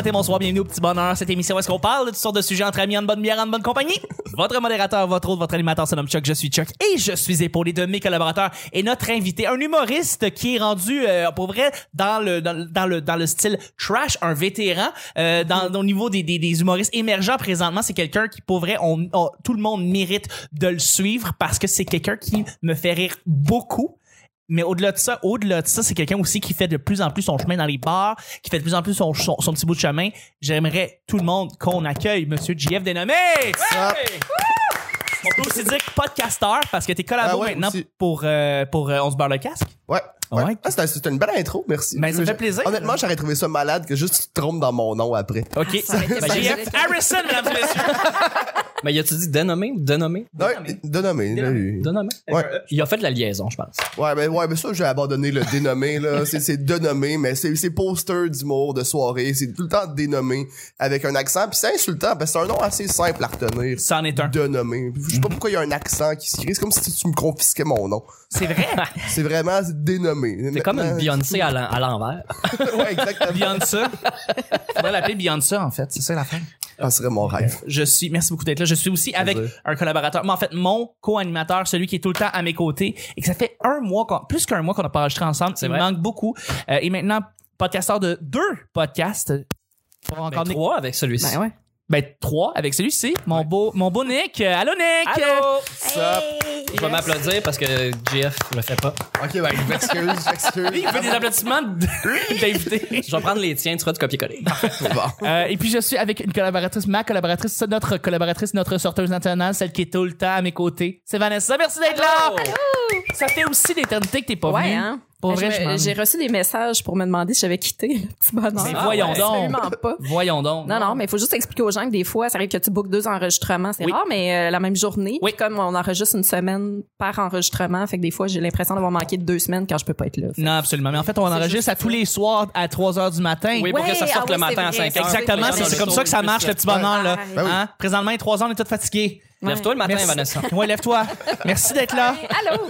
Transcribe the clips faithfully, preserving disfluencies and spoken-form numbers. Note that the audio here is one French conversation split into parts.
matin, bonsoir, bienvenue au Petit Bonheur. Cette émission où est-ce qu'on parle de toutes sortes de sujets entre amis, en bonne bière, en bonne compagnie. Votre modérateur, votre hôte, votre animateur se nomme Chuck, je suis Chuck et je suis épaulé de mes collaborateurs et notre invité, un humoriste qui est rendu, euh, pour vrai, dans le, dans, dans le, dans le style trash, un vétéran, euh, dans, au niveau des, des, des humoristes émergents présentement. C'est quelqu'un qui, pour vrai, on, on, tout le monde mérite de le suivre parce que c'est quelqu'un qui me fait rire beaucoup. Mais au-delà de ça, au-delà de ça, c'est quelqu'un aussi qui fait de plus en plus son chemin dans les bars, qui fait de plus en plus son, son, son petit bout de chemin. J'aimerais tout le monde qu'on accueille Monsieur J F Dénommé. Ouais! On peut aussi dire podcasteur parce que t'es collabo ah ouais, maintenant aussi. pour euh, pour euh, On se barre le casque. Ouais. Ouais. ouais. Ah, c'était, c'était une belle intro, merci. Ben, ça fait plaisir. Honnêtement, j'aurais trouvé ça malade que juste tu te trompes dans mon nom après. OK. Ben, J F Harrison, mesdames et messieurs. Mais y a-tu dit dénommé ou dénommé? Ouais, dénommé. Dénommé. dénommé. Ouais. Il a fait de la liaison, je pense. Ouais, ben, ouais, mais ça, j'ai abandonné le dénommé, là. c'est, c'est dénommé, mais c'est, c'est poster d'humour, de soirée. C'est tout le temps dénommé avec un accent. Puis c'est insultant parce que c'est un nom assez simple à retenir. Ça en est un. Dénommé. Je sais pas pourquoi il y a un accent qui se crée. C'est comme si tu me confisquais mon nom. C'est vrai? C'est vraiment dénommé. C'est comme une Beyoncé à, l'en- à l'envers. Ouais, exactement. Beyoncé. Faudrait l'appeler Beyoncé, en fait. C'est ça l'affaire. Ah, ce serait mon rêve. Je suis, merci beaucoup d'être là. Je suis aussi avec un collaborateur, mais en fait, mon co-animateur, celui qui est tout le temps à mes côtés et que ça fait un mois, qu'on, plus qu'un mois qu'on n'a pas enregistré ensemble. C'est Il vrai. manque beaucoup. Euh, et maintenant, podcasteur de deux podcasts. Pour encore ben, trois avec celui-ci. Ben ouais. Ben, trois avec celui-ci. Mon ouais. beau, mon beau Nick. Allô, Nick! Allô! Hey! Je vais m'applaudir parce que J F le fait pas. Ok, ben, je m'excuse, j'excuse. Il fait des applaudissements d'invités. Je vais prendre les tiens, tu feras du copier-coller. Bon. Euh, et puis, je suis avec une collaboratrice, ma collaboratrice, notre collaboratrice, notre sorteuse nationale, celle qui est tout le temps à mes côtés. C'est Vanessa. Merci d'être Allô! là! Allô! Ça fait aussi l'éternité que t'es pas ouais, venue. Hein? Pour je vrai, me, j'ai reçu des messages pour me demander si j'avais quitté le Petit Bonheur. Mais voyons ah, ouais, donc. Absolument pas. Voyons donc. Non, non, mais il faut juste expliquer aux gens que des fois, ça arrive que tu bookes deux enregistrements. C'est oui. rare, mais euh, la même journée. Oui. Comme on enregistre une semaine par enregistrement, fait que des fois, j'ai l'impression d'avoir manqué de deux semaines quand je peux pas être là. Fait. Non, absolument. Mais en fait, on c'est enregistre à tous les soirs à trois heures du matin. Oui, pour ouais, que ça sorte ah le oui, matin à vrai, cinq heures. Exactement. C'est, c'est comme ça que ça marche, le Petit Bonheur, là. Ben oui. Hein? Présentement, il est trois heures, on est tous fatigués. Ouais. Lève-toi le matin, Merci. Vanessa. Ouais, lève-toi. Merci d'être là. Allô?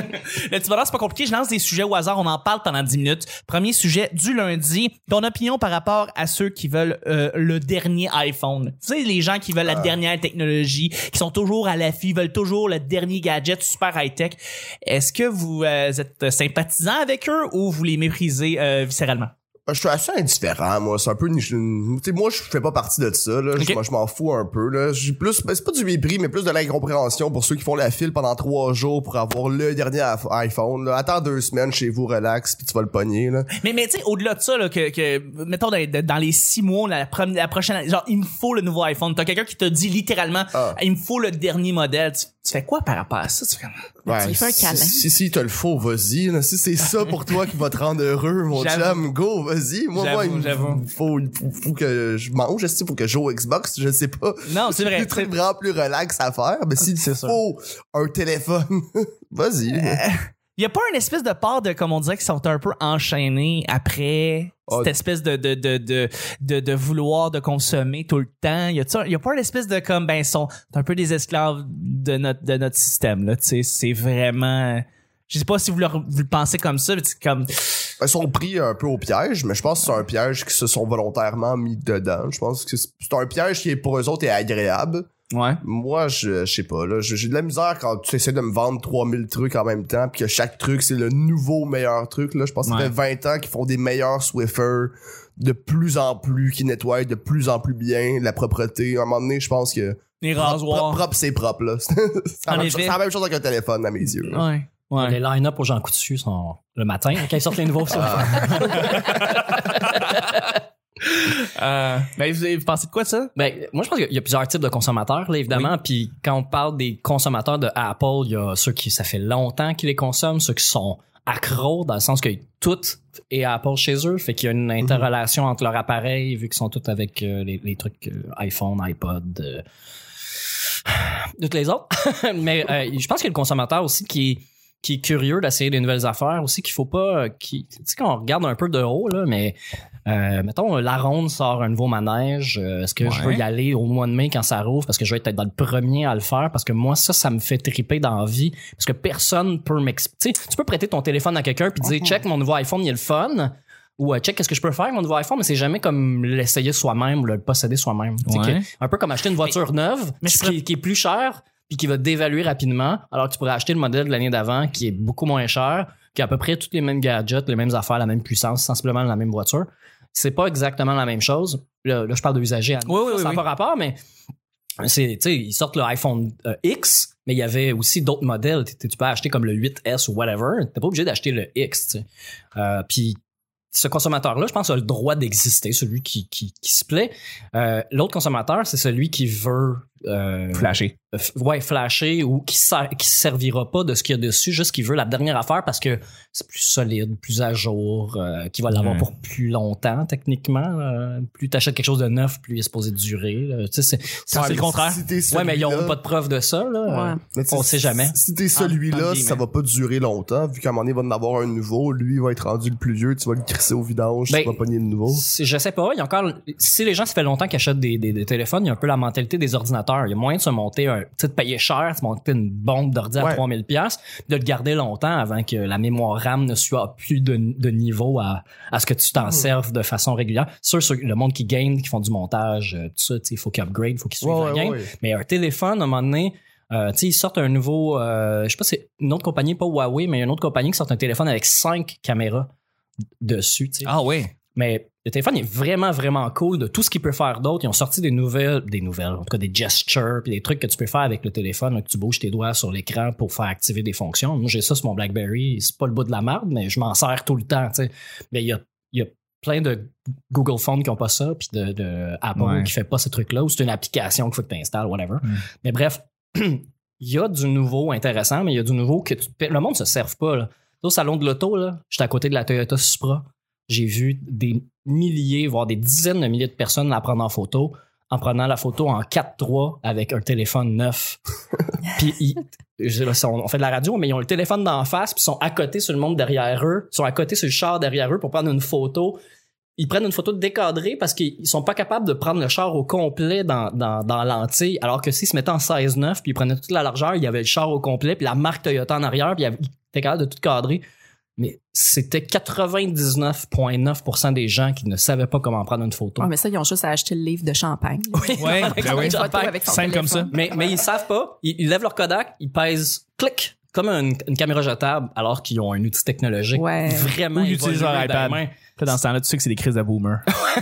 Le Petit Bonheur, c'est pas compliqué. Je lance des sujets au hasard. On en parle pendant dix minutes. Premier sujet du lundi. Ton opinion par rapport à ceux qui veulent euh, le dernier iPhone. Vous savez, les gens qui veulent la dernière technologie, qui sont toujours à l'affût, veulent toujours le dernier gadget super high-tech. Est-ce que vous euh, êtes sympathisant avec eux ou vous les méprisez euh, viscéralement? Je suis assez indifférent, moi. C'est un peu une, une tu sais, moi, je fais pas partie de ça, là. Okay. Je, moi, je m'en fous un peu, là. J'ai plus, ben, c'est pas du mépris, mais plus de l'incompréhension pour ceux qui font la file pendant trois jours pour avoir le dernier iPhone, là. Attends deux semaines chez vous, relax, puis tu vas le pogner, là. Mais, mais, tu sais, au-delà de ça, là, que, que, mettons, dans, dans les six mois, la, la, la prochaine, genre, il me faut le nouveau iPhone. T'as quelqu'un qui te dit littéralement, ah. il me faut le dernier modèle. Tu, tu fais quoi par rapport à ça? Tu fais ouais, tu fais un câlin. Si, si, si te le faut, vas-y, là. Si c'est ça pour toi qui va te rendre heureux, mon chum, go, vas-y. Moi, j'avoue, moi, il j'avoue. faut, il faut, faut que je mange, il faut que je joue au Xbox, je sais pas. Non, c'est vrai. Des trucs vraiment plus relax à faire, mais s'il te faut un téléphone, vas-y. Euh, y a pas une espèce de part de, comme on dirait, qui sont un peu enchaînés après oh. cette espèce de, de, de, de, de, de vouloir de consommer tout le temps. Y a, y a pas une espèce de, comme, ben, sont un peu des esclaves de notre, de notre système, là, tu sais, c'est vraiment, je sais pas si vous le, vous le pensez comme ça, mais c'est comme, ils sont pris un peu au piège, mais je pense que c'est un piège qui se sont volontairement mis dedans. Je pense que c'est un piège qui, pour eux autres, est agréable. Ouais. Moi, je, je sais pas, là. J'ai de la misère quand tu essaies de me vendre trois mille trucs en même temps, pis que chaque truc, c'est le nouveau meilleur truc, là. Je pense que ça ouais. fait vingt ans qu'ils font des meilleurs Swiffer de plus en plus, qui nettoient de plus en plus bien la propreté. À un moment donné, je pense que... Les rasoirs. Propre, propre, c'est propre, là. c'est, la même chose, c'est la même chose avec un téléphone, à mes yeux. Là. Ouais. Ouais. Les line-up aux Jean Coutu sont le matin quand ils sortent les nouveaux. Ah. euh, ben vous, vous pensez de quoi ça? Ben moi je pense qu'il y a plusieurs types de consommateurs là évidemment. Puis oui. Quand on parle des consommateurs de Apple, il y a ceux qui ça fait longtemps qu'ils les consomment, ceux qui sont accros dans le sens que tout est Apple chez eux, fait qu'il y a une interrelation mm-hmm. entre leurs appareils vu qu'ils sont tous avec euh, les, les trucs euh, iPhone, iPod. Euh, toutes les autres. Mais euh, je pense qu'il y a le consommateur aussi qui est qui est curieux d'essayer des nouvelles affaires aussi, qu'il faut pas qui tu sais qu'on regarde un peu de haut là, mais euh, mettons la ronde sort un nouveau manège, euh, est-ce que ouais. je veux y aller au mois de mai quand ça rouvre parce que je vais être dans le premier à le faire parce que moi ça ça me fait triper dans la vie parce que personne peut m'expliquer. Tu peux prêter ton téléphone à quelqu'un puis dire check mon nouveau iPhone, il est le fun. ou euh, check qu'est-ce que je peux faire avec mon nouveau iPhone, mais c'est jamais comme l'essayer soi-même ou le posséder soi-même. Ouais. Que, un peu comme acheter une voiture mais, neuve mais qui, pourrais... qui est plus chère puis qui va dévaluer rapidement, alors que tu pourrais acheter le modèle de l'année d'avant qui est beaucoup moins cher, qui a à peu près tous les mêmes gadgets, les mêmes affaires, la même puissance, sensiblement la même voiture. C'est pas exactement la même chose. Là, là je parle de usager. Oui, oui, ça n'a oui. pas rapport, mais c'est, tu sais, ils sortent le iPhone euh, X, mais il y avait aussi d'autres modèles. Tu, tu peux acheter comme le huit S ou whatever. T'es pas obligé d'acheter le X, tu sais. Euh, puis ce consommateur-là, je pense, a le droit d'exister, celui qui, qui, qui se plaît. Euh, l'autre consommateur, c'est celui qui veut... Euh, flasher. Euh, ouais, flasher ou qui ser- qui servira pas de ce qu'il y a dessus, juste qui veut la dernière affaire parce que c'est plus solide, plus à jour, euh, qui va l'avoir Ouais. pour plus longtemps, techniquement. Euh, plus t'achètes quelque chose de neuf, plus il est supposé durer. Là. Tu sais, c'est, c'est, Ouais, c'est le contraire. Si t'es ouais, mais ils celui-là- ont pas de preuve de ça, là. Ouais. Euh, Mais tu sais, on sait jamais. Si t'es En- celui-là, en ça guillemets. va pas durer longtemps, vu qu'à un moment donné, il va en avoir un nouveau, lui, il va être rendu le plus vieux, tu vas le crisser au vidange, Ben, tu vas pogner le nouveau. C'est- Je sais pas, il y a encore, si les gens, ça fait longtemps qu'ils achètent des, des, des téléphones, il y a un peu la mentalité des ordinateurs. Il y a moyen de se monter un, tu sais, de payer cher, de se monter une bombe d'ordi à Ouais. trois mille piastres, de le garder longtemps avant que la mémoire RAM ne soit plus de, de niveau à, à ce que tu t'en serves de façon régulière. Sûr, sur le monde qui game, qui font du montage, euh, tout ça, tu sais, il faut qu'ils upgrade, il faut qu'ils suivent Ouais, la ouais, game. ouais. Mais un téléphone, à un moment donné, euh, tu sais, ils sortent un nouveau, euh, je sais pas, c'est une autre compagnie, pas Huawei, mais une autre compagnie qui sort un téléphone avec cinq caméras dessus, tu sais. Ah oui. Mais le téléphone est vraiment, vraiment cool de tout ce qu'il peut faire d'autre. Ils ont sorti des nouvelles, des nouvelles, en tout cas des gestures, puis des trucs que tu peux faire avec le téléphone, là, que tu bouges tes doigts sur l'écran pour faire activer des fonctions. Moi, j'ai ça sur mon BlackBerry. C'est pas le bout de la merde, mais je m'en sers tout le temps, tu sais. Mais il y a, il y a plein de Google Phones qui ont pas ça, puis de, de Apple Ouais. qui fait pas ces trucs-là, ou c'est une application qu'il faut que tu installes, whatever. Mm. Mais bref, il y a du nouveau intéressant, mais il y a du nouveau que tu, le monde se serve pas, là. Au salon de l'auto, là, j'étais à côté de la Toyota Supra. J'ai vu des milliers, voire des dizaines de milliers de personnes la prendre en photo, en prenant la photo en quatre trois avec un téléphone neuf. Puis ils- je- on fait de la radio, mais ils ont le téléphone d'en face, puis ils sont à côté sur le monde derrière eux, ils sont à côté sur le char derrière eux pour prendre une photo. Ils prennent une photo décadrée parce qu'ils sont pas capables de prendre le char au complet dans, dans, dans lentille, alors que s'ils se mettaient en seize neuf puis ils prenaient toute la largeur, il y avait le char au complet, puis la marque Toyota en arrière, puis ils étaient capables de tout cadrer. Mais c'était quatre-vingt-dix-neuf virgule neuf pour cent des gens qui ne savaient pas comment prendre une photo. Ouais, mais ça, ils ont juste à acheter le livre de champagne. Oui, Ouais, avec ben son oui. champagne. Photo avec son Simple comme téléphone. ça. Mais, mais ils savent pas. Ils, ils lèvent leur Kodak, ils pèsent clic, comme une, une caméra jetable, alors qu'ils ont un outil technologique Ouais. vraiment Ou ils utilisent leur évolué dans iPad. les mains. Là, dans ce temps-là, tu sais que c'est des crises de boomer.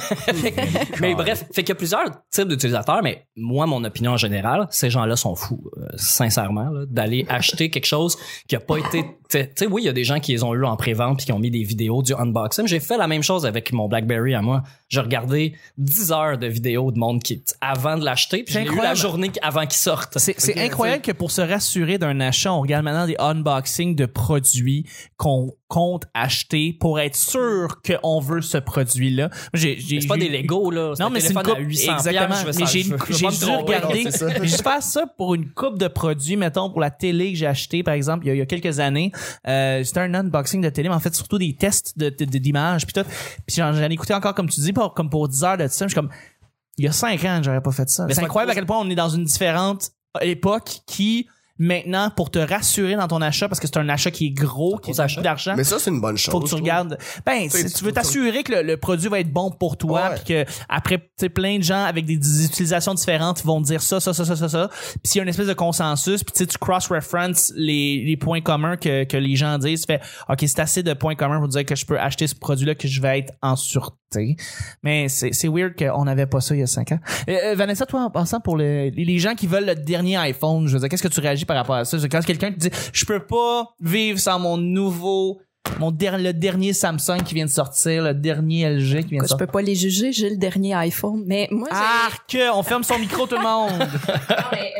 Mais bref, fait qu'il y a plusieurs types d'utilisateurs, mais moi, mon opinion en général, ces gens-là sont fous, euh, sincèrement, là, d'aller acheter quelque chose qui a pas été... Tu sais, oui, il y a des gens qui les ont eu en pré-vente puis qui ont mis des vidéos du unboxing. J'ai fait la même chose avec mon BlackBerry à moi. J'ai regardé dix heures de vidéos de monde qui avant de l'acheter, puis C'est j'ai eu la incroyable. journée avant qu'il sorte. C'est, c'est Ok, incroyable que pour se rassurer d'un achat, on regarde maintenant des unboxings de produits qu'on compte acheter pour être sûr qu'on veut ce produit-là. Moi, J'ai, j'ai, C'est pas j'ai- des Legos, là. Non, mais c'est une téléphone coupe. à huit cents Exactement. piastres, je veux Mais ça- j'ai, je veux- je veux j'ai pas me dû tromper, regarder. non, c'est ça. J'ai dû faire ça pour une coupe de produits, mettons, pour la télé que j'ai acheté, par exemple, il y a, il y a quelques années. Euh, c'était un unboxing de télé, mais en fait, surtout des tests de, de- de- d'images, puis tout. Puis j'en, j'en ai écouté encore, comme tu dis, pour, comme pour dix heures de ça. Je suis comme, il y a cinq ans, j'aurais pas fait ça. Mais C'est c'est incroyable pas- à quel point on est dans une différente époque qui, maintenant, pour te rassurer dans ton achat, parce que c'est un achat qui est gros, qui gros est achat. beaucoup d'argent, Mais ça, c'est une bonne chose. faut que tu je trouve. regardes. Ben, Tu sais, si tu- tu veux tu- t'assurer que le, le produit va être bon pour toi, Ouais. puis que après, tu sais, plein de gens avec des, des utilisations différentes vont dire ça, ça, ça, ça, ça, ça. Puis s'il y a une espèce de consensus, puis tu sais, tu cross-reference les, les points communs que, que les gens disent, tu fais, ok, c'est assez de points communs pour dire que je peux acheter ce produit-là, que je vais être en sûreté. Mais c'est, c'est weird qu'on n'avait pas ça il y a cinq ans. Euh, euh, Vanessa, toi, en passant pour le, les les gens qui veulent le dernier iPhone, je veux dire, qu'est-ce que tu réagis par rapport à ça? C'est quand quelqu'un te dit, je peux pas vivre sans mon nouveau, mon der- le dernier Samsung qui vient de sortir, le dernier L G qui vient de Je sortir. peux pas les juger, j'ai le dernier iPhone. Mais moi, j'ai... Arc! On ferme son micro, tout le monde. Non, mais,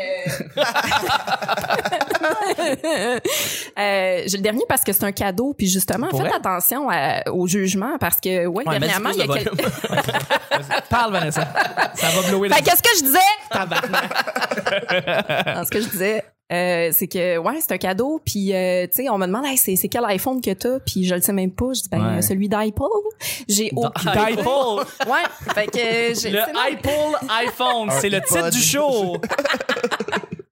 euh... euh, j'ai le dernier parce que c'est un cadeau, puis justement, Pour faites vrai? attention à- au jugement parce que, ouais, Ouais, mais dernièrement, dis il y a plus de quel- Parle, Vanessa. Ça va blower le Fait qu'est-ce que je disais? tabarnak. Non, ce que je disais, euh, c'est que, ouais, c'est un cadeau, puis, euh, tu sais, on me demande, hey, c'est, c'est quel iPhone que t'as? Puis je le sais même pas. Je dis, ben, Ouais. celui d'iPhone. J'ai aucune Dipole. Ouais, fait que j'ai... Le c'est non. iPole iPhone, c'est le titre iPod. du show.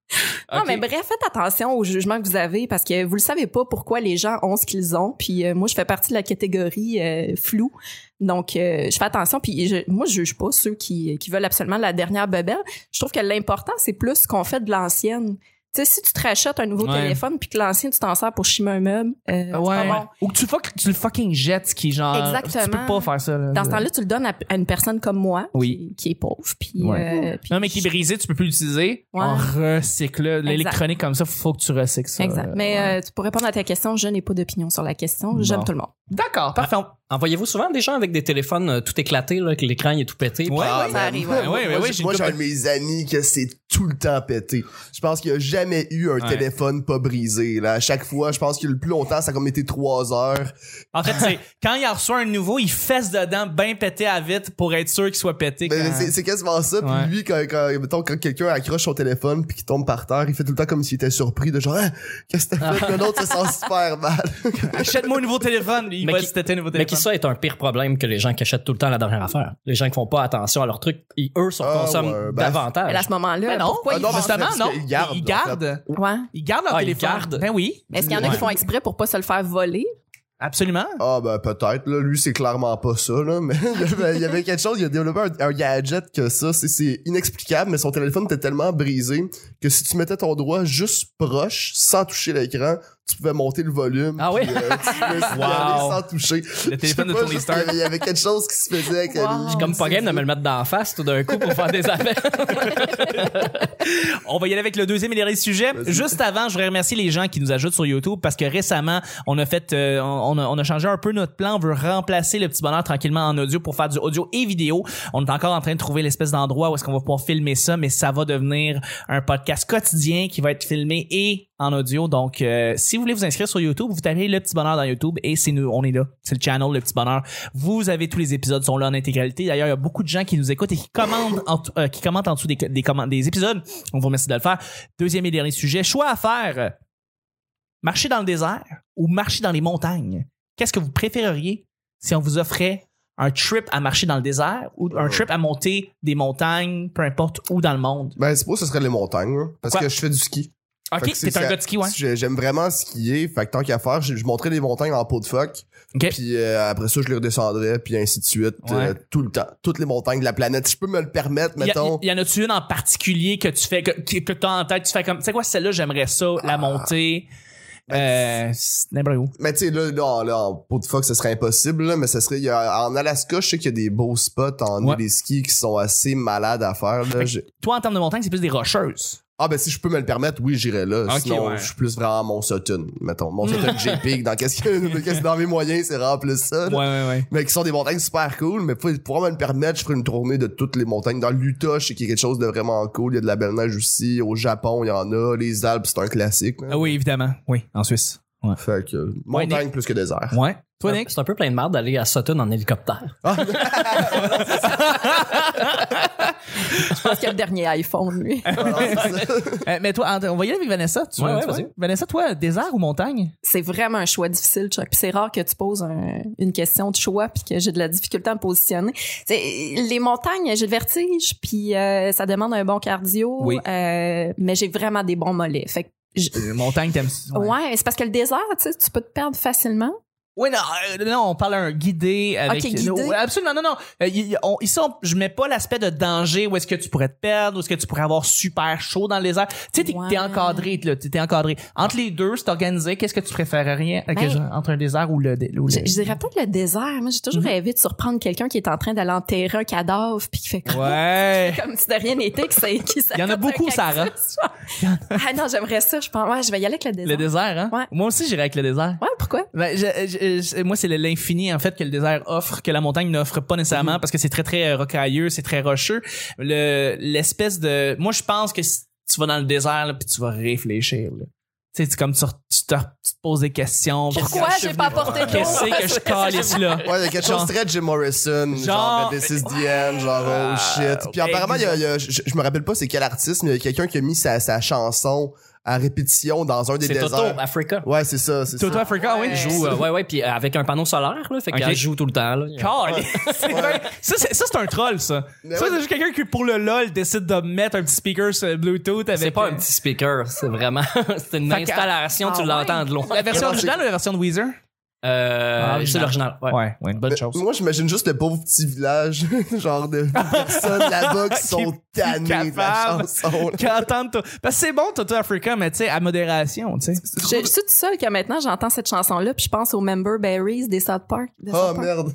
Non, mais bref, faites attention au jugement que vous avez parce que vous le savez pas pourquoi les gens ont ce qu'ils ont. Puis euh, moi, je fais partie de la catégorie euh, floue. Donc, euh, je fais attention. Puis je, moi, je juge pas ceux qui, qui veulent absolument la dernière bebelle. Je trouve que l'important, c'est plus ce qu'on fait de l'ancienne. Tu sais, si tu te rachètes un nouveau ouais. téléphone puis que l'ancien, tu t'en sers pour chimer un meuble, euh, Ouais. c'est pas bon. Ou que tu, fuck, tu le fucking jettes, qui genre. Exactement. Tu peux pas faire ça, là. Dans ce temps-là, tu le donnes à, à une personne comme moi, Oui. qui, qui est pauvre. Puis, Ouais. euh, puis Non, mais qui est brisé, tu peux plus l'utiliser. Ouais. On recycle. L'électronique comme ça, faut que tu recycles ça. Exact. Euh, Mais ouais. euh, tu pour répondre à ta question, je n'ai pas d'opinion sur la question. J'aime Bon. tout le monde. D'accord, parfait. On- Envoyez-vous souvent des gens avec des téléphones euh, tout éclatés, là, que l'écran il est tout pété. Ouais, Ah, ouais, man. ça arrive, ouais. Moi, Ouais, ouais, moi, ouais, j'ai- j'ai moi, une j'ai couple un de mes amis que c'est tout le temps pété. Je pense qu'il y a jamais eu un Ouais. téléphone pas brisé. Là. À chaque fois, je pense que le plus longtemps, ça a comme été trois heures. En fait, c'est quand il en reçoit un nouveau, il fesse dedans, bien pété à vite pour être sûr qu'il soit pété. Mais quand- c'est, c'est quasiment ça. Puis Ouais. lui, quand, quand, mettons, quand quelqu'un accroche son téléphone puis qu'il tombe par terre, il fait tout le temps comme s'il était surpris de genre, ah, qu'est-ce que t'as fait? Puis l'autre se sent super mal. Achète-moi un nouveau téléphone. Il Mais va qui- se têter un nouveau Mais téléphone. qui ça est un pire problème que les gens qui achètent tout le temps la dernière affaire. Les gens qui font pas attention à leurs trucs, ils, eux, se Ah, consomment ouais, ben, davantage. Mais à ce moment-là, Ben non. pourquoi Ah, ils non, font mais Justement, parce non. qu'ils gardent, Ils en gardent. Ouais. Ils gardent leur Ah, ils téléphone. gardent. Ben oui. Est-ce qu'il y en a Ouais. qui font exprès pour pas se le faire voler? Absolument. Ah ben peut-être là, lui c'est clairement pas ça là, mais il y avait- il y avait quelque chose, il a développé un, un gadget que ça, c'est, c'est inexplicable, mais son téléphone était tellement brisé que si tu mettais ton doigt juste proche, sans toucher l'écran, tu pouvais monter le volume. Ah oui? puis, euh, tu pouvais signaler Wow. sans toucher. Le téléphone de Je sais pas, Tony juste, Stark. Il y avait- il y avait quelque chose qui se faisait avec Wow. lui. Je suis comme pas game de me le mettre d'en face tout d'un coup pour faire des appels. On va y aller avec le deuxième et dernier sujet. Vas-y. Juste avant, je voudrais remercier les gens qui nous ajoutent sur YouTube parce que récemment, on a fait, euh, on, a, on a changé un peu notre plan. On veut remplacer le petit bonheur tranquillement en audio pour faire du audio et vidéo. On est encore en train de trouver l'espèce d'endroit où est-ce qu'on va pouvoir filmer ça, mais ça va devenir un podcast quotidien qui va être filmé et en audio. Donc, euh, si vous voulez vous inscrire sur YouTube, vous tapez le petit bonheur dans YouTube et c'est nous, on est là. C'est le channel, le petit bonheur. Vous avez tous les épisodes sont là en intégralité. D'ailleurs, il y a beaucoup de gens qui nous écoutent et qui commentent en, euh, qui commentent en dessous des, des, commandes, des épisodes. On vous remercie de le faire. Deuxième et dernier sujet. Choix à faire. Marcher dans le désert ou marcher dans les montagnes. Qu'est-ce que vous préféreriez si on vous offrait un trip à marcher dans le désert ou un trip à monter des montagnes, peu importe où dans le monde? Ben c'est pas ce serait les montagnes, là, parce Quoi? que je fais du ski. Ok, Fait que c'est- t'es un c'est- gars de ski, ouais. j'ai- J'aime vraiment skier, fait que tant qu'à faire, je, je monterais des montagnes en peau de phoque. Ok. Puis euh, après ça, je les redescendrais, puis ainsi de suite, Ouais. euh, tout le temps. Toutes les montagnes de la planète. Si je peux me le permettre, Y, a- mettons. y en a-tu une en particulier que tu fais, que, que, que t'as en tête, tu fais comme, tu sais quoi, celle-là, j'aimerais ça, la monter, euh, c'est n'importe où. Mais tu sais, là, là, en, là, en peau de phoque, ce serait impossible, là, mais ce serait. Il y a, en Alaska, je sais qu'il y a des beaux spots en Ouais. des skis qui sont assez malades à faire. Là. Fait que J'ai- Toi, en termes de montagne, c'est plus des rocheuses. Ah ben si je peux me le permettre, oui, j'irais là. Ok, Sinon, ouais. je suis plus vraiment mon Sutton, mettons. Mon Sutton J P, dans qu'est-ce que, qu'est-ce que dans mes moyens, c'est vraiment plus ça. là. Ouais, ouais, ouais. Mais qui sont des montagnes super cool, mais pour, pour me le permettre, je ferais une tournée de toutes les montagnes. Dans l'Utah, je sais qu'il y a quelque chose de vraiment cool. Il y a de la belle neige aussi. Au Japon, il y en a. Les Alpes, c'est un classique. là. Ah oui, évidemment. Oui, en Suisse. Ouais. Fait que, euh, montagne plus que désert. Ouais. Toi, Nick? C'est un peu plein de merde d'aller à Sutton en hélicoptère. Je pense qu'il y a le dernier iPhone, lui. Alors, c'est ça. Euh, mais toi, on va y aller avec Vanessa. Tu, Ouais, tu ouais, vois? vas-y. Vanessa, toi, désert ou montagne? C'est vraiment un choix difficile, Chuck. Puis c'est rare que tu poses un- une question de choix puis que j'ai de la difficulté à me positionner. C'est, les montagnes, j'ai le vertige puis euh, ça demande un bon cardio. Oui. euh, mais j'ai vraiment des bons mollets. Fait que je- Euh, montagne, t'aimes ouais, ouais. c'est parce que le désert, tu sais, tu peux te perdre facilement. Oui, non, euh, non, on parle d'un guidé avec. Ok, guidé. Non, absolument, non, non. Euh, y- y- on- ici, on- je mets pas l'aspect de danger où est-ce que tu pourrais te perdre, où est-ce que tu pourrais avoir super chaud dans le désert. Tu sais, t'es, Ouais. t'es encadré, là, t'es, t'es encadré. Entre les deux, c'est organisé. Qu'est-ce que tu préférerais euh, que Ben, je- entre un désert ou le, dé- ou le- Je, je dirais peut-être le désert. Moi, j'ai toujours Mhm. rêvé de surprendre quelqu'un qui est en train d'aller enterrer un cadavre puis qui fait comme, Ouais. comme si de rien n'était, qui s'est- qui Il y en a s'accote beaucoup, un Sarah. cactus. Ah non, j'aimerais ça. Je pense, ouais, je vais y aller avec le désert. Le désert, hein? Ouais. Moi aussi, j'irais avec le désert. Ouais, pourquoi? Ben, je- je- je- moi, c'est le- l'infini, en fait, que le désert offre, que la montagne n'offre pas nécessairement, parce que c'est très, très euh, rocailleux, c'est très rocheux. Le, l'espèce de... Moi, je pense que si tu vas dans le désert, là, puis tu vas réfléchir, là. Tu sais, c'est comme tu, re- tu, te, tu te poses des questions. Pourquoi j'ai pas apporté d'eau? Qu'est-ce que je calisse là? Ouais, il y a quelque Genre- chose très Jim Morrison, genre, Genre- This is the end, genre, oh shit. Puis apparemment, il y a, il y a- je, je me rappelle pas c'est quel artiste, mais il y a quelqu'un qui a mis sa, sa chanson à répétition dans un des C'est déserts. Toto Africa. Ouais, c'est ça, c'est Toto ça. Africa, oui. Il joue, euh, ouais, ouais, puis avec un panneau solaire, là, fait Ok. qu'elle joue tout le temps, là. Calé. C'est vrai. Ça, c'est, ça, c'est un troll, ça. Mais ça, ouais. c'est juste quelqu'un qui, pour le LOL, décide de mettre un petit speaker sur Bluetooth avec... C'est pas un euh, petit speaker, c'est vraiment, c'est une Fait que- installation, tu Ah l'entends de loin. La version Non, originale ou la version de Weezer? Euh, Ah, c'est l'original, ouais. Ouais, ouais, une bonne Mais chose. moi, j'imagine juste le pauvre petit village, genre de personnes là-bas qui sont Qui est tannées de la capable. chanson. là. Qui entendent tout. Parce que c'est bon, Toto Africa, mais tu sais, à modération, tu sais. Je, je suis toute seule que maintenant j'entends cette chanson-là puis je pense aux Member Berries des South Park. de Oh South Park. merde.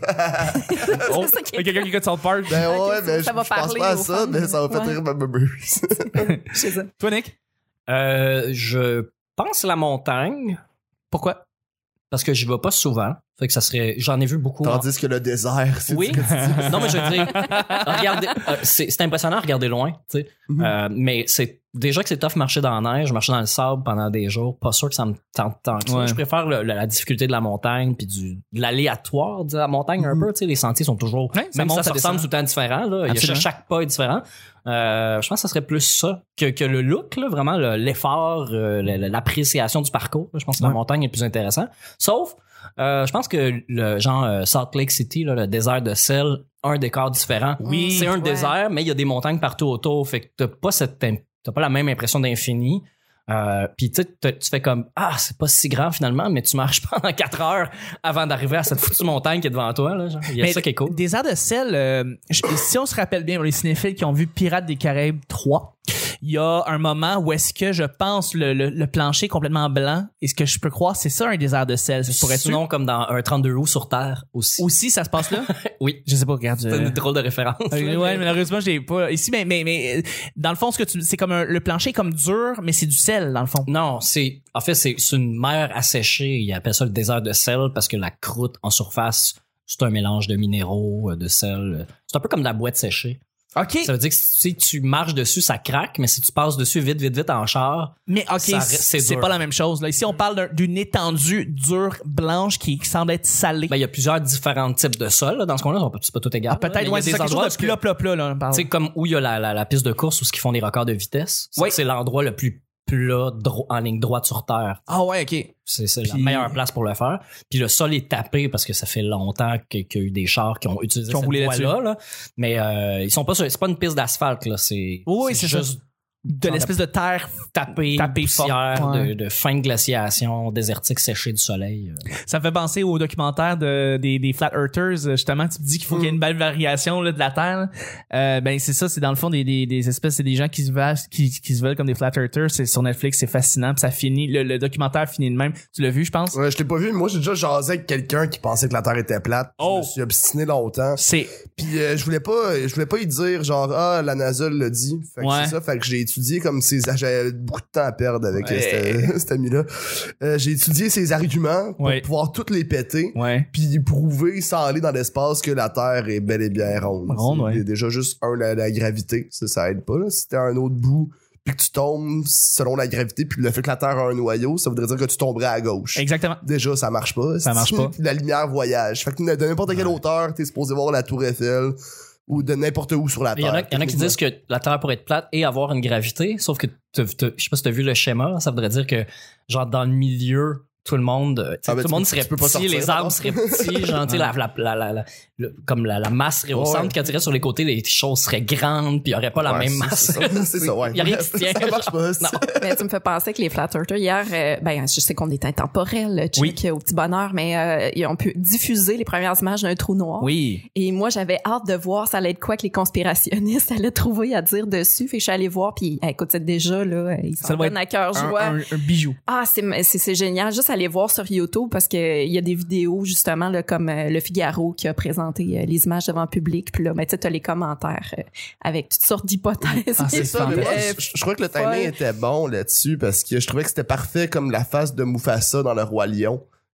Oh, C'est ça qui il y a quelqu'un qui écoute South Park. Ben Ok, ouais, ça, mais ça je, va je pense parler pas à aux ça, fans. mais ça va faire Ouais. rire ma bubble. C'est ça. Toi, Nick? Euh, je pense la montagne, Pourquoi? parce que je vais pas souvent. Fait que ça serait, j'en ai vu beaucoup. Tandis que le désert, c'est Oui. ce que tu dis. Non, mais je veux dire, regardez, euh, c'est, c'est impressionnant à regarder loin, tu sais. Mhm. Euh, mais c'est déjà que c'est tough marcher dans la neige, marcher dans le sable pendant des jours. Pas sûr que ça me tente tant que ça. Ouais. Je préfère le- la, la difficulté de la montagne puis du de l'aléatoire de la montagne un Mhm. peu. Tu sais, les sentiers sont toujours, Ouais, ça même si monte, ça ça se ressemble descend. tout le temps différent. Là, il y a, Absolument. chaque pas est différent. Euh, je pense que ça serait plus ça que, que le look, là, vraiment le- l'effort, euh, le- le- l'appréciation du parcours. Je pense que Ouais. la montagne est plus intéressant. Sauf Euh, je pense que le genre euh, Salt Lake City, là, le désert de sel, un décor différent. Oui. C'est un Ouais. désert, mais il y a des montagnes partout autour. Fait que t'as pas cette, t'as pas la même impression d'infini. Euh, puis tu sais, t'as- tu fais comme ah c'est pas si grand finalement, mais tu marches pendant quatre heures avant d'arriver à cette foutue montagne qui est devant toi. Là, genre. Il y a Mais ça qui est cool. Désert de sel, euh, je- si on se rappelle bien, pour les cinéphiles qui ont vu Pirates des Caraïbes trois, il y a un moment où est-ce que je pense le, le, le plancher est complètement blanc. Et ce que je peux croire, c'est ça un désert de sel. Ça se pourrait-tu? Sinon comme dans un trente-deux roues sur Terre aussi. Aussi, ça se passe là? Oui. Je sais pas, regarde. C'est euh, une drôle de référence. euh, là, ouais, mais- malheureusement, je l'ai pas ici, mais, mais, mais euh, dans le fond, ce que tu, c'est comme un, le plancher est comme dur, mais c'est du sel, dans le fond. Non, c'est en fait c'est c'est une mer asséchée. Ils appellent ça le désert de sel parce que la croûte en surface c'est un mélange de minéraux, euh, de sel. C'est un peu comme de la boîte séchée. OK. Ça veut dire que si tu marches dessus, ça craque, mais si tu passes dessus vite, vite, vite en char, Mais OK, Ça reste- c'est c'est dur. pas la même chose. Là. Ici, on parle d'un- d'une étendue dure, blanche, qui semble être salée. ben il y a plusieurs différents types de sols. là. Dans ce coin-là, c'est pas tout égal. Ah, peut-être, Il y a ouais, c'est des ça, quelque endroits chose de où plat, plat, plat, là. on parle. tu sais, comme où il y a la, la, la piste de course où ils font des records de vitesse. Oui. C'est l'endroit le plus plat, dro- en ligne droite sur Terre. Ah ouais, OK. C'est c'est Puis- la meilleure place pour le faire. Puis le sol est tapé parce que ça fait longtemps que- qu'il y a eu des chars qui ont utilisé Qui ont cette roulé voie-là. Là. Mais euh, ils sont pas sur, c'est pas une piste d'asphalte là. C'est Oui, c'est ça. juste De l'espèce de terre. tapé, Tapé poussière, fort, ouais. de, de fin de glaciation, désertique séché du soleil. euh. Ça me fait penser au documentaire de, des, des Flat Earthers. Justement, tu te dis qu'il faut qu'il y ait une belle variation là, de la Terre. là. Euh, ben, c'est ça, c'est dans le fond des, des, des espèces, c'est des gens qui se veulent, qui, qui se veulent comme des Flat Earthers. C'est sur Netflix, c'est fascinant. Puis ça finit, le, le documentaire finit de même. Tu l'as vu, je pense? Ouais, je l'ai pas vu, mais moi j'ai déjà jasé avec quelqu'un qui pensait que la Terre était plate. Oh. Je me suis obstiné longtemps. C'est, Puis euh, je voulais pas je voulais pas y dire genre ah la NASA l'a dit. Fait que Ouais. c'est ça, fait que j'ai étudié comme ses j'avais beaucoup de temps à perdre avec Ouais. euh, cet, cet ami-là. Euh, j'ai étudié ses arguments pour Ouais. pouvoir toutes les péter. ouais. Puis prouver sans aller dans l'espace que la Terre est bel et bien ronde. Ronde, C'est- ouais. il y a déjà juste un la, la gravité, ça ça aide pas là. Si t'es à un autre bout puis que tu tombes selon la gravité puis le fait que la Terre a un noyau, ça voudrait dire que tu tomberais à gauche. Exactement. Déjà, ça marche pas. Ça marche pas. Puis la lumière voyage. Fait que de n'importe quelle hauteur, t'es supposé voir la Tour Eiffel ou de n'importe où sur la Il y Terre. en a, il y en a qui disent que la Terre pourrait être plate et avoir une gravité, sauf que t'as- t'as- je sais pas si t'as vu le schéma, ça voudrait dire que genre dans le milieu tout le monde, euh, tu sais, Ah, ben, tout tu le monde peux- serait tu peux pas petit, sortir, les arbres non? seraient petits, genre, tu sais, la, la, la, la, la- le- comme la, la masse serait au Ouais. centre, quand tu irais sur les côtés, les choses seraient grandes, puis il y aurait pas la Ouais, même c'est- masse. C'est ça, c'est ça, ouais. Il y a rien qui se tient. Ça marche pas. c'est- Non. Mais tu me fais penser que les Flat Earthers, hier, euh, ben, je sais qu'on est intemporel, check Oui. au petit bonheur, mais euh, ils ont pu diffuser les premières images d'un trou noir. Oui. Et moi, j'avais hâte de voir ça allait être quoi que les conspirationnistes allaient trouver à dire dessus. Fait que je suis allée voir, puis eh, écoute, c'est déjà, là, ils Ça s'en doit donnent à cœur Un, joie. un, un bijou. Ah, c'est, c'est, c'est génial. Juste aller voir sur YouTube parce que il y a des vidéos, justement, là, comme euh, Le Figaro qui a présenté euh, les images devant le public. Puis là, ben, tu sais, t'as les commentaires euh, avec toutes sortes d'hypothèses. Ah, C'est ça, mais moi, Euh, je, je crois que le timing folle. était bon là-dessus parce que je trouvais que c'était parfait comme la face de Mufasa dans Le Roi Lion.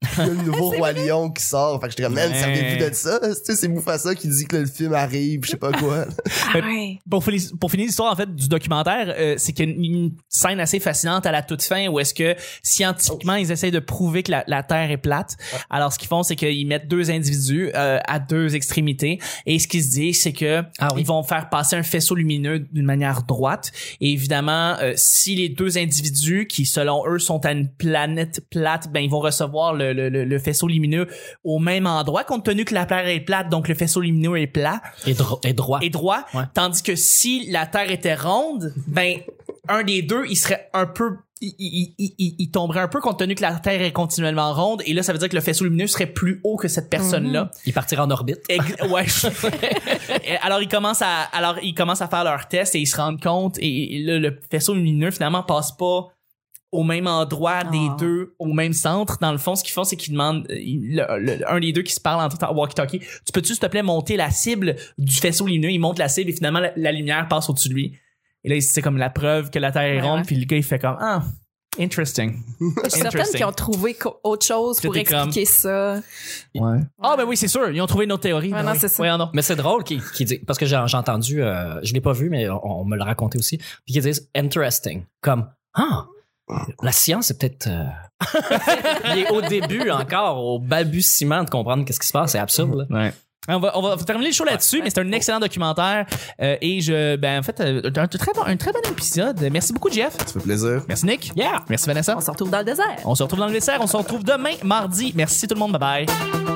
il y a le nouveau Roi Lion qui sort. Fait que j'étais comme, man, Ouais. servez-vous de ça? Tu sais, c'est Mufasa qui dit que le film arrive, je sais pas quoi. Ah ouais. Pour, finir- pour finir l'histoire en fait du documentaire, euh, c'est qu'il y a une, une scène assez fascinante à la toute fin où est-ce que scientifiquement ils essayent de prouver que la, la Terre est plate. Alors ce qu'ils font, c'est qu'ils mettent deux individus euh, à deux extrémités et ce qu'ils se disent, c'est que Ah oui. ils vont faire passer un faisceau lumineux d'une manière droite. Et évidemment, euh, si les deux individus qui selon eux sont à une planète plate, ben ils vont recevoir le, le, le, le faisceau lumineux au même endroit compte tenu que la Terre est plate, donc le faisceau lumineux est plat. Et, dro- et droit. Et droit, Ouais. tandis que si la Terre était ronde, ben un des deux, il serait un peu il, il, il, il, il tomberait un peu compte tenu que la Terre est continuellement ronde et là ça veut dire que le faisceau lumineux serait plus haut que cette personne-là. Il partira en orbite. Ex- ouais. Et alors ils commencent à alors ils commencent à faire leur test et ils se rendent compte et, et là, le faisceau lumineux finalement passe pas au même endroit des Ah. deux au même centre. Dans le fond, ce qu'ils font, c'est qu'ils demandent euh, le- le- un des deux qui se parle en en walkie-talkie. Tu peux-tu, s'il te plaît, monter la cible du faisceau lumineux? Il monte la cible et finalement, la, la lumière passe au-dessus de lui. Et là, c'est comme la preuve que la Terre est Ouais, ronde. ouais. Puis le gars, il fait comme, ah, interesting. Je suis certaine Interesting. qu'ils ont trouvé co- autre chose pour C'était comme- expliquer ça. Ouais. Ah, ben oui, c'est sûr. Ils ont trouvé une autre théorie. Ouais, Ben non, oui. c'est ça. Ouais, non. Mais c'est drôle qu'il qu'il dit, parce que j'ai j'ai entendu, euh, je l'ai pas vu, mais on, on me l'a raconté aussi, puis qu'ils disent interesting, comme ah, la science est peut-être. euh, Il est au début encore, au balbutiement de comprendre qu'est-ce qui se passe, c'est absurde. Là. Ouais. On va, on va terminer le show là-dessus, mais c'est un excellent documentaire. Euh, et je, ben, en fait, euh, un, un très bon, un très bon épisode. Merci beaucoup, Jeff. Ça fait plaisir. Merci, Nick. Yeah. Merci, Vanessa. On se retrouve dans le désert. On se retrouve dans le dessert. On se retrouve demain, mardi. Merci tout le monde. Bye bye.